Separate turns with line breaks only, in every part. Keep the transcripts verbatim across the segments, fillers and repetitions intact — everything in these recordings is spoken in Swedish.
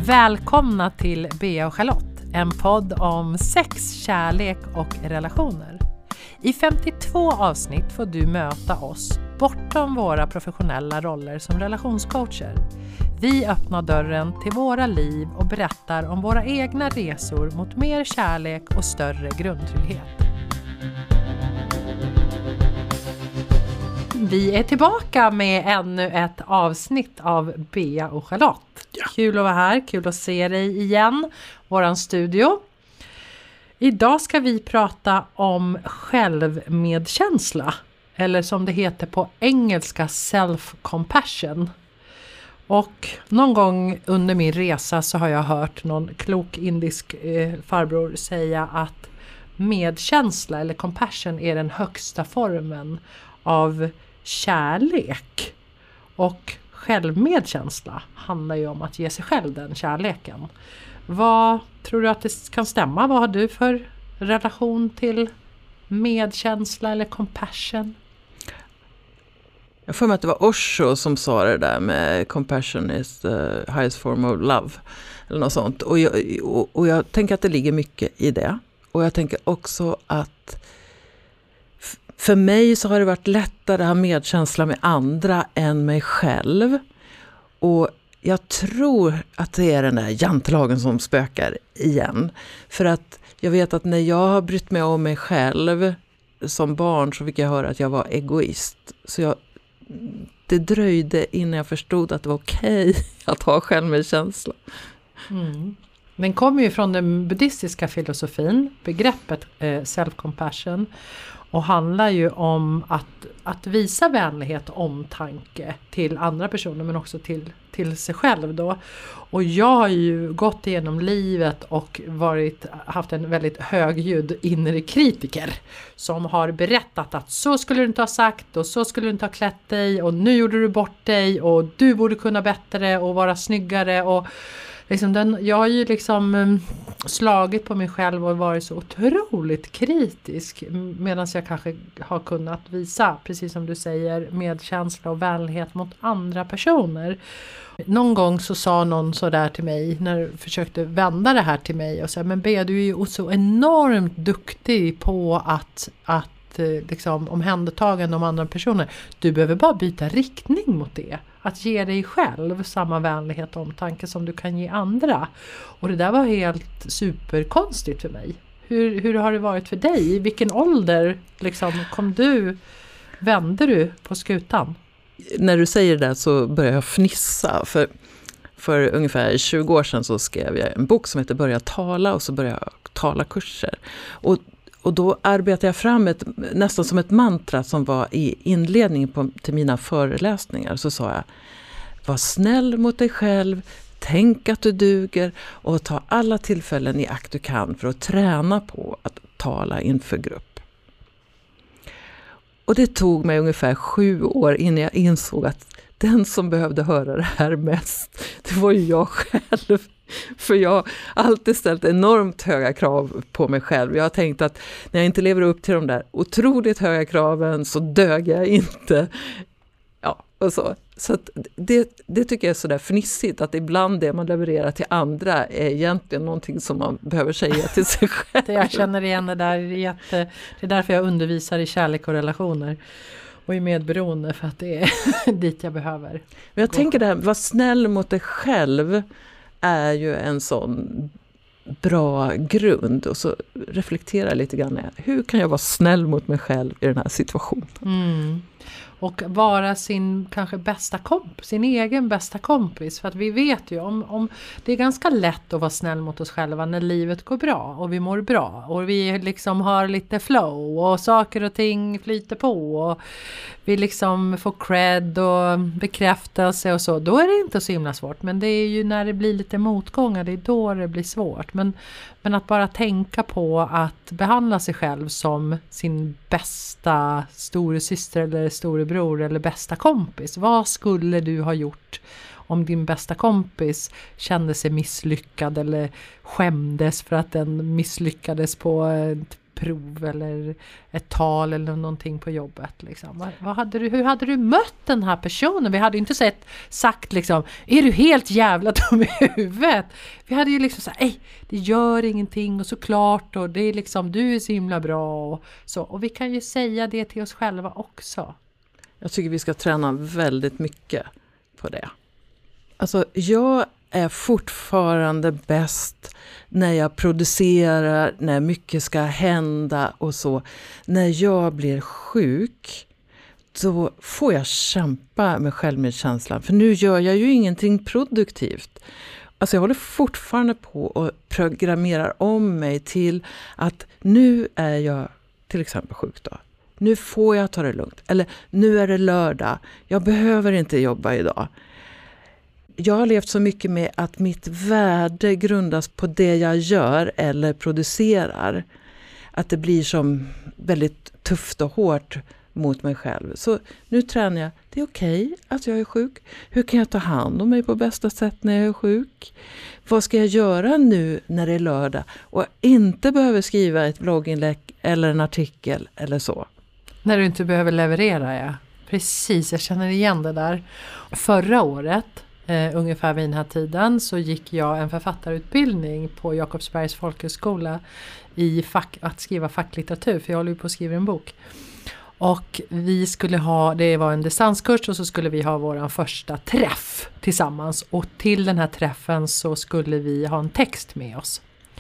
Välkomna till Bea och Charlotte, en podd om sex, kärlek och relationer. I femtiotvå avsnitt får du möta oss bortom våra professionella roller som relationscoacher. Vi öppnar dörren till våra liv och berättar om våra egna resor mot mer kärlek och större grundtrygghet. Vi är tillbaka med ännu ett avsnitt av Bea och Charlotte. Ja. Kul att vara här, kul att se dig igen, våran studio. Idag ska vi prata om självmedkänsla, eller som det heter på engelska self-compassion. Och någon gång under min resa så har jag hört någon klok indisk eh, farbror säga att medkänsla eller compassion är den högsta formen av kärlek. Och självmedkänsla handlar ju om att ge sig själv den kärleken. Vad tror du att det kan stämma? Vad har du för relation till medkänsla eller compassion?
Jag får med att det var Osho som sa det där med compassion is the highest form of love. Eller något sånt. Och jag, och, och jag tänker att det ligger mycket i det. Och jag tänker också att f- för mig så har det varit lättare att ha medkänsla med andra än mig själv. Och jag tror att det är den där jantelagen som spökar igen. För att jag vet att när jag har brytt mig om mig själv som barn så fick jag höra att jag var egoist. Så jag, det dröjde innan jag förstod att det var okej att ha självmedkänsla.
Mm. Den kommer ju från den buddhistiska filosofin, begreppet eh, self-compassion. Och handlar ju om att, att visa vänlighet och omtanke till andra personer men också till, till sig själv då. Och jag har ju gått igenom livet och varit, haft en väldigt högljudd inre kritiker som har berättat att så skulle du inte ha sagt och så skulle du inte ha klätt dig och nu gjorde du bort dig och du borde kunna bättre och vara snyggare och liksom den, jag har ju liksom slagit på mig själv och varit så otroligt kritisk medan jag kanske har kunnat visa, precis som du säger, medkänsla och vänlighet mot andra personer. Någon gång så sa någon så där till mig när jag försökte vända det här till mig och säga, men Bea, du är ju så enormt duktig på att, att liksom, omhändertagande om andra personer. Du behöver bara byta riktning mot det. Att ge dig själv samma vänlighet och omtanke som du kan ge andra. Och det där var helt superkonstigt för mig. Hur, hur har det varit för dig? I vilken ålder liksom, kom du, vände du på skutan?
När du säger det så börjar jag fnissa. För, för ungefär tjugo år sedan så skrev jag en bok som heter Börja tala och så började jag tala kurser. Och Och då arbetade jag fram ett, nästan som ett mantra som var i inledningen på, till mina föreläsningar. Så sa jag, var snäll mot dig själv, tänk att du duger och ta alla tillfällen i akt du kan för att träna på att tala inför grupp. Och det tog mig ungefär sju år innan jag insåg att den som behövde höra det här mest, det var ju jag själv. För jag har alltid ställt enormt höga krav på mig själv. Jag har tänkt att när jag inte lever upp till de där otroligt höga kraven så döger jag inte. Ja, och så. Så att det, det tycker jag är sådär fnissigt att ibland det man levererar till andra är egentligen någonting som man behöver säga till sig själv.
Jag känner igen det där. Det är därför jag undervisar i kärlek och relationer. Och i medberoende för att det är dit jag behöver.
Men jag gå. tänker det här, var snäll mot dig själv är ju en sån bra grund. Och så reflektera lite grann. Hur kan jag vara snäll mot mig själv i den här situationen?
Mm. Och vara sin kanske bästa kompis, sin egen bästa kompis. För att vi vet ju om, om det är ganska lätt att vara snäll mot oss själva när livet går bra och vi mår bra. Och vi liksom har lite flow och saker och ting flyter på och vi liksom får cred och bekräftelse och så. Då är det inte så himla svårt. Men det är ju när det blir lite motgångar, det är då det blir svårt. Men, men att bara tänka på att behandla sig själv som sin bästa storasyster eller storebror eller bästa kompis. Vad skulle du ha gjort om din bästa kompis kände sig misslyckad eller skämdes för att den misslyckades på ett prov eller ett tal eller någonting på jobbet. Liksom. Vad, vad hade du, hur hade du mött den här personen? Vi hade ju inte sett, sagt liksom, är du helt jävla dum i huvudet? Vi hade ju liksom sagt, nej, det gör ingenting och såklart och det är liksom, du är så himla bra och så. Och vi kan ju säga det till oss själva också.
Jag tycker vi ska träna väldigt mycket på det. Alltså jag är fortfarande bäst när jag producerar, när mycket ska hända och så. När jag blir sjuk, då får jag kämpa med självmedkänslan. För nu gör jag ju ingenting produktivt. Alltså jag håller fortfarande på och programmerar om mig till att nu är jag till exempel sjuk då. Nu får jag ta det lugnt. Eller nu är det lördag. Jag behöver inte jobba idag. Jag har levt så mycket med att mitt värde grundas på det jag gör eller producerar. Att det blir som väldigt tufft och hårt mot mig själv. Så nu tränar jag. Det är okej att jag är sjuk. Hur kan jag ta hand om mig på bästa sätt när jag är sjuk? Vad ska jag göra nu när det är lördag? Och inte behöver skriva ett blogginlägg eller en artikel eller så.
När du inte behöver leverera, ja. Precis, jag känner igen det där. Förra året, eh, ungefär vid den här tiden, så gick jag en författarutbildning på Jakobsbergs folkhögskola i fack, att skriva facklitteratur, för jag håller ju på att skriva en bok. Och vi skulle ha, det var en distanskurs och så skulle vi ha vår första träff tillsammans. Och till den här träffen så skulle vi ha en text med oss.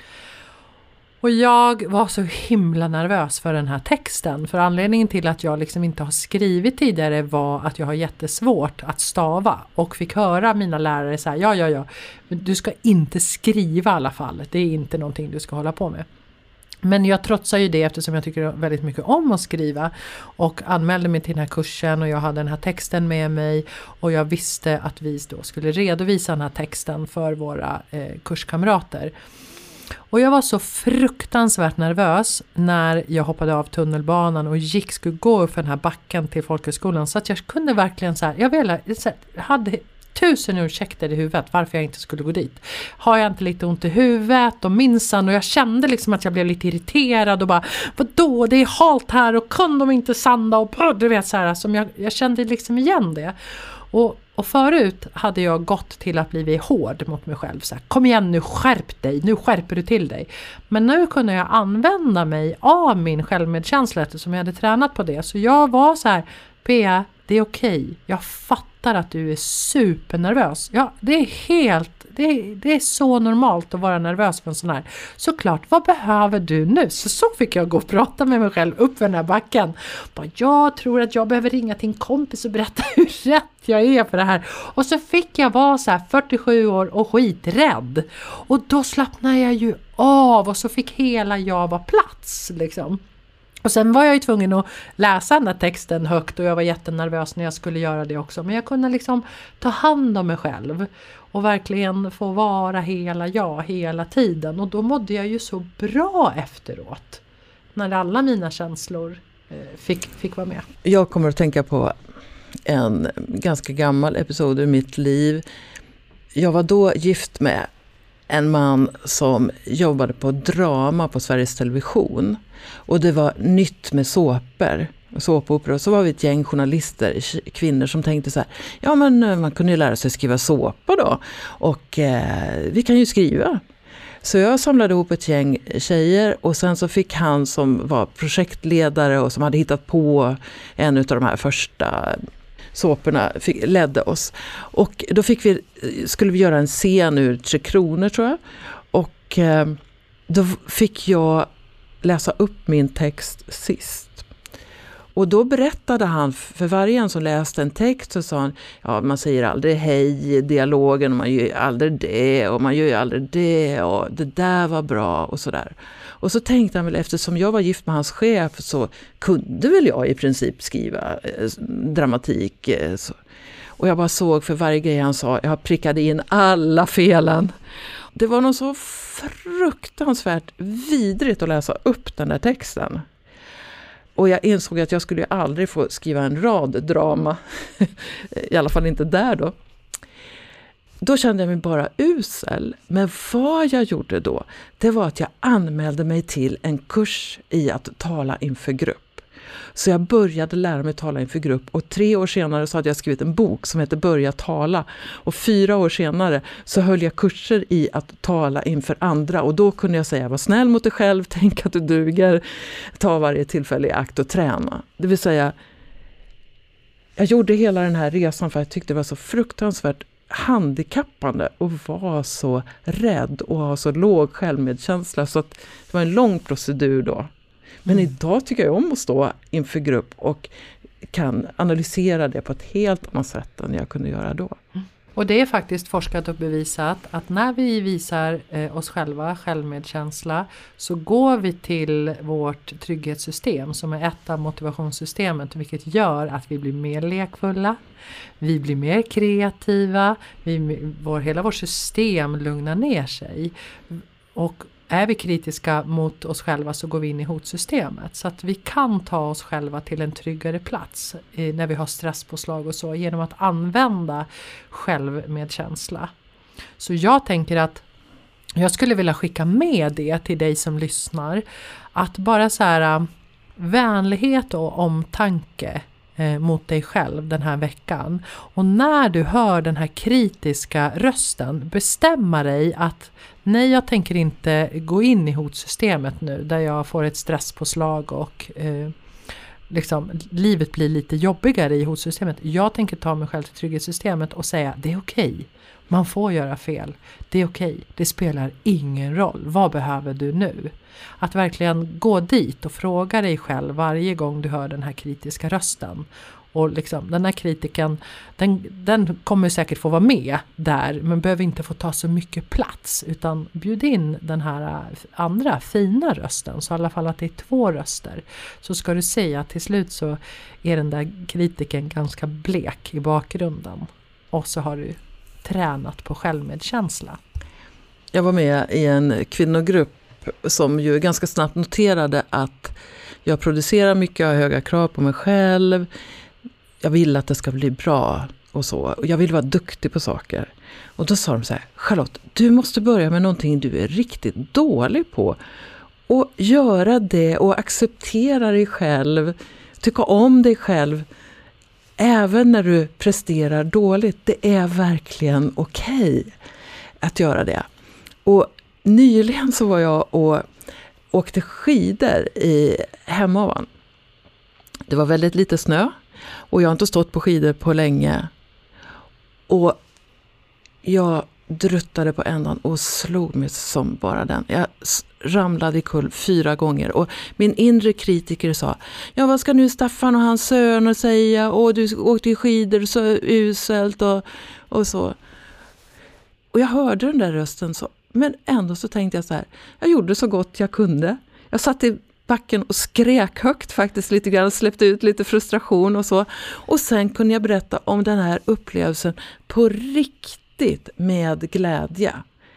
Och jag var så himla nervös för den här texten. För anledningen till att jag liksom inte har skrivit tidigare var att jag har jättesvårt att stava. Och fick höra mina lärare säga, ja ja ja, men du ska inte skriva i alla fall. Det är inte någonting du ska hålla på med. Men jag trotsar ju det eftersom jag tycker väldigt mycket om att skriva. Och anmälde mig till den här kursen och jag hade den här texten med mig. Och jag visste att vi då skulle redovisa den här texten för våra eh, kurskamrater. Och jag var så fruktansvärt nervös när jag hoppade av tunnelbanan och gick, skulle gå upp för den här backen till folkhögskolan. Så att jag kunde verkligen så här, jag ville, så här, jag hade tusen ursäkter i huvudet varför jag inte skulle gå dit. Har jag inte lite ont i huvudet och minsann, och jag kände liksom att jag blev lite irriterad och bara, vadå, det är halt här och kan de inte sanda och på, du vet så här, som jag, jag kände liksom igen det. Och, och förut hade jag gått till att bli hård mot mig själv. Så här, kom igen nu, skärp dig, nu skärper du till dig. Men nu kunde jag använda mig av min självmedkänsla som jag hade tränat på det. Så jag var så här, Pia, det är okej. Jag fattar att du är supernervös. Ja, det är helt, det är, det är så normalt att vara nervös för en sån här. Såklart, vad behöver du nu? Så, så fick jag gå och prata med mig själv upp för den här backen. Bara, jag tror att jag behöver ringa till en kompis och berätta hur rätt jag är för det här. Och så fick jag vara så här fyrtiosju år och skiträdd. Och då slappnade jag ju av och så fick hela jag vara plats liksom. Och sen var jag ju tvungen att läsa den där texten högt och jag var jättenervös när jag skulle göra det också. Men jag kunde liksom ta hand om mig själv och verkligen få vara hela jag hela tiden. Och då mådde jag ju så bra efteråt när alla mina känslor fick, fick vara med.
Jag kommer att tänka på en ganska gammal episod i mitt liv. Jag var då gift med en man som jobbade på drama på Sveriges Television. Och det var nytt med såper och såpopera. Och så var vi ett gäng journalister, kvinnor som tänkte så här, ja men man kunde ju lära sig skriva såpa då. Och eh, vi kan ju skriva. Så jag samlade ihop ett gäng tjejer och sen så fick han som var projektledare och som hade hittat på en av de här första såporna fick, ledde oss. Och då fick vi, skulle vi göra en scen ur Tre Kronor tror jag. Och eh, då fick jag läsa upp min text sist. Och då berättade han för varje en som läste en text så sa han, ja man säger aldrig hej i dialogen och man gör ju aldrig det och man gör ju aldrig det och det där var bra och sådär. Och så tänkte han väl, eftersom jag var gift med hans chef så kunde väl jag i princip skriva eh, dramatik. Eh, så. Och jag bara såg för varje grej han sa, jag prickade in alla felen. Det var nog så fruktansvärt vidrigt att läsa upp den där texten. Och jag insåg att jag skulle aldrig få skriva en rad drama. I alla fall inte där då. då kände jag mig bara usel. Men vad jag gjorde då, det var att jag anmälde mig till en kurs i att tala inför grupp. Så jag började lära mig tala inför grupp och tre år senare så hade jag skrivit en bok som heter Börja tala. Och fyra år senare så höll jag kurser i att tala inför andra och då kunde jag säga var snäll mot dig själv, tänk att du duger, ta varje tillfälle i akt och träna. Det vill säga, jag gjorde hela den här resan för jag tyckte det var så fruktansvärt handikappande och var så rädd och ha så låg självmedkänsla så att det var en lång procedur då. Men mm. idag tycker jag om att stå inför grupp och kan analysera det på ett helt annat sätt än jag kunde göra då.
Mm. Och det är faktiskt forskat och bevisat att när vi visar eh, oss själva självmedkänsla så går vi till vårt trygghetssystem som är ett av motivationssystemet, vilket gör att vi blir mer lekfulla, vi blir mer kreativa, vi, vår, hela vårt system lugnar ner sig. Och är vi kritiska mot oss själva så går vi in i hotsystemet. Så att vi kan ta oss själva till en tryggare plats eh, när vi har stresspåslag och så genom att använda självmedkänsla. Så jag tänker att jag skulle vilja skicka med det till dig som lyssnar. Att bara så här vänlighet och omtanke eh, mot dig själv den här veckan. Och när du hör den här kritiska rösten, bestämma dig att nej, jag tänker inte gå in i hotsystemet nu där jag får ett stresspåslag och eh, liksom, livet blir lite jobbigare i hotsystemet. Jag tänker ta mig själv till trygghetssystemet och säga det är okej. Man får göra fel. Det är okej. Det spelar ingen roll. Vad behöver du nu? Att verkligen gå dit och fråga dig själv varje gång du hör den här kritiska rösten. Och liksom, den här kritiken, den, den kommer säkert få vara med där, men behöver inte få ta så mycket plats. Utan bjud in den här andra fina rösten, så i alla fall att det är två röster. Så ska du säga att till slut så är den där kritiken ganska blek i bakgrunden. Och så har du tränat på självmedkänsla.
Jag var med i en kvinnogrupp som ju ganska snabbt noterade att jag producerar mycket, jag har höga krav på mig själv. Jag vill att det ska bli bra och så. Och jag vill vara duktig på saker. Och då sa de så här: Charlotte, du måste börja med någonting du är riktigt dålig på. Och göra det och acceptera dig själv. Tycka om dig själv. Även när du presterar dåligt. Det är verkligen okej att göra det. Och nyligen så var jag och åkte skidor i Hemavan. Det var väldigt lite snö. Och jag har inte stått på skidor på länge. Och jag druttade på ändan och slog mig som bara den. Jag ramlade i kull fyra gånger. Och min inre kritiker sa: ja, vad ska nu Staffan och hans söner säga? Och du åkte i skidor så uselt och, och så. Och jag hörde den där rösten så. Men ändå så tänkte jag så här: jag gjorde så gott jag kunde. Jag satt i backen och skrek högt faktiskt lite grann, släppte ut lite frustration och så. Och sen kunde jag berätta om den här upplevelsen på riktigt med glädje.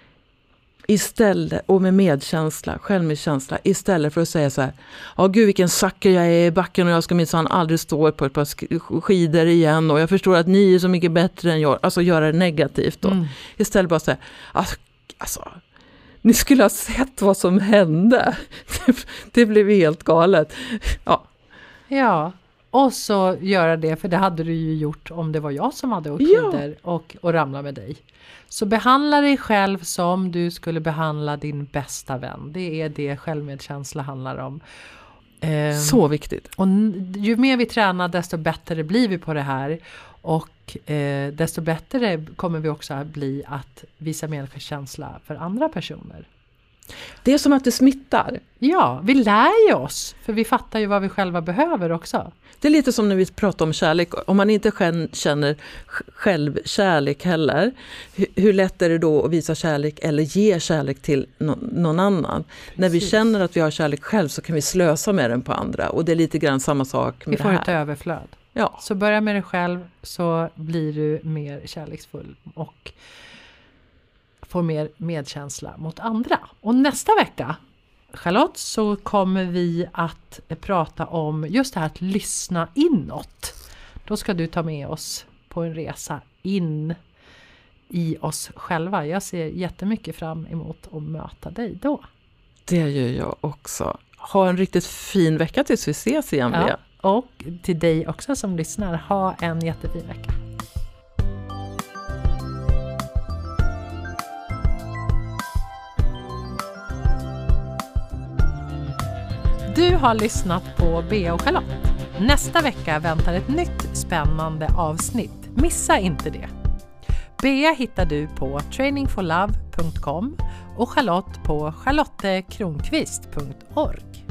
Istället, och med medkänsla, självmedkänsla, istället för att säga så här: ja, gud vilken sacker jag är i backen och jag ska minsann aldrig stå på ett par skidor igen och jag förstår att ni är så mycket bättre än jag. Alltså göra det negativt då. Mm. Istället bara säga, alltså, ni skulle ha sett vad som hände. Det blev helt galet. Ja.
Ja, och så göra det, för det hade du ju gjort om det var jag som hade åkt skidor ja. och, och ramla med dig. Så behandla dig själv som du skulle behandla din bästa vän. Det är det självmedkänsla handlar om.
Um, så viktigt.
Och ju mer vi tränar, desto bättre blir vi på det här. Och eh, desto bättre kommer vi också att bli att visa medkänsla för andra personer.
Det är som att det smittar.
Ja, vi lär ju oss. För vi fattar ju vad vi själva behöver också.
Det är lite som när vi pratar om kärlek. Om man inte känner självkärlek heller. Hur lätt är det då att visa kärlek eller ge kärlek till någon annan? Precis. När vi känner att vi har kärlek själv så kan vi slösa med den på andra. Och det är lite grann samma sak med
vi
det här.
Vi får ett överflöd.
Ja.
Så börja med dig själv så blir du mer kärleksfull och får mer medkänsla mot andra. Och nästa vecka, Charlotte, så kommer vi att prata om just det här att lyssna inåt. Då ska du ta med oss på en resa in i oss själva. Jag ser jättemycket fram emot att möta dig då.
Det gör jag också. Ha en riktigt fin vecka tills vi ses igen.
Ja, och till dig också som lyssnar, ha en jättefin vecka. Du har lyssnat på Bea och Charlotte. Nästa vecka väntar ett nytt spännande avsnitt. Missa inte det. Bea hittar du på training for love punkt com och Charlotte på charlottekronqvist punkt org.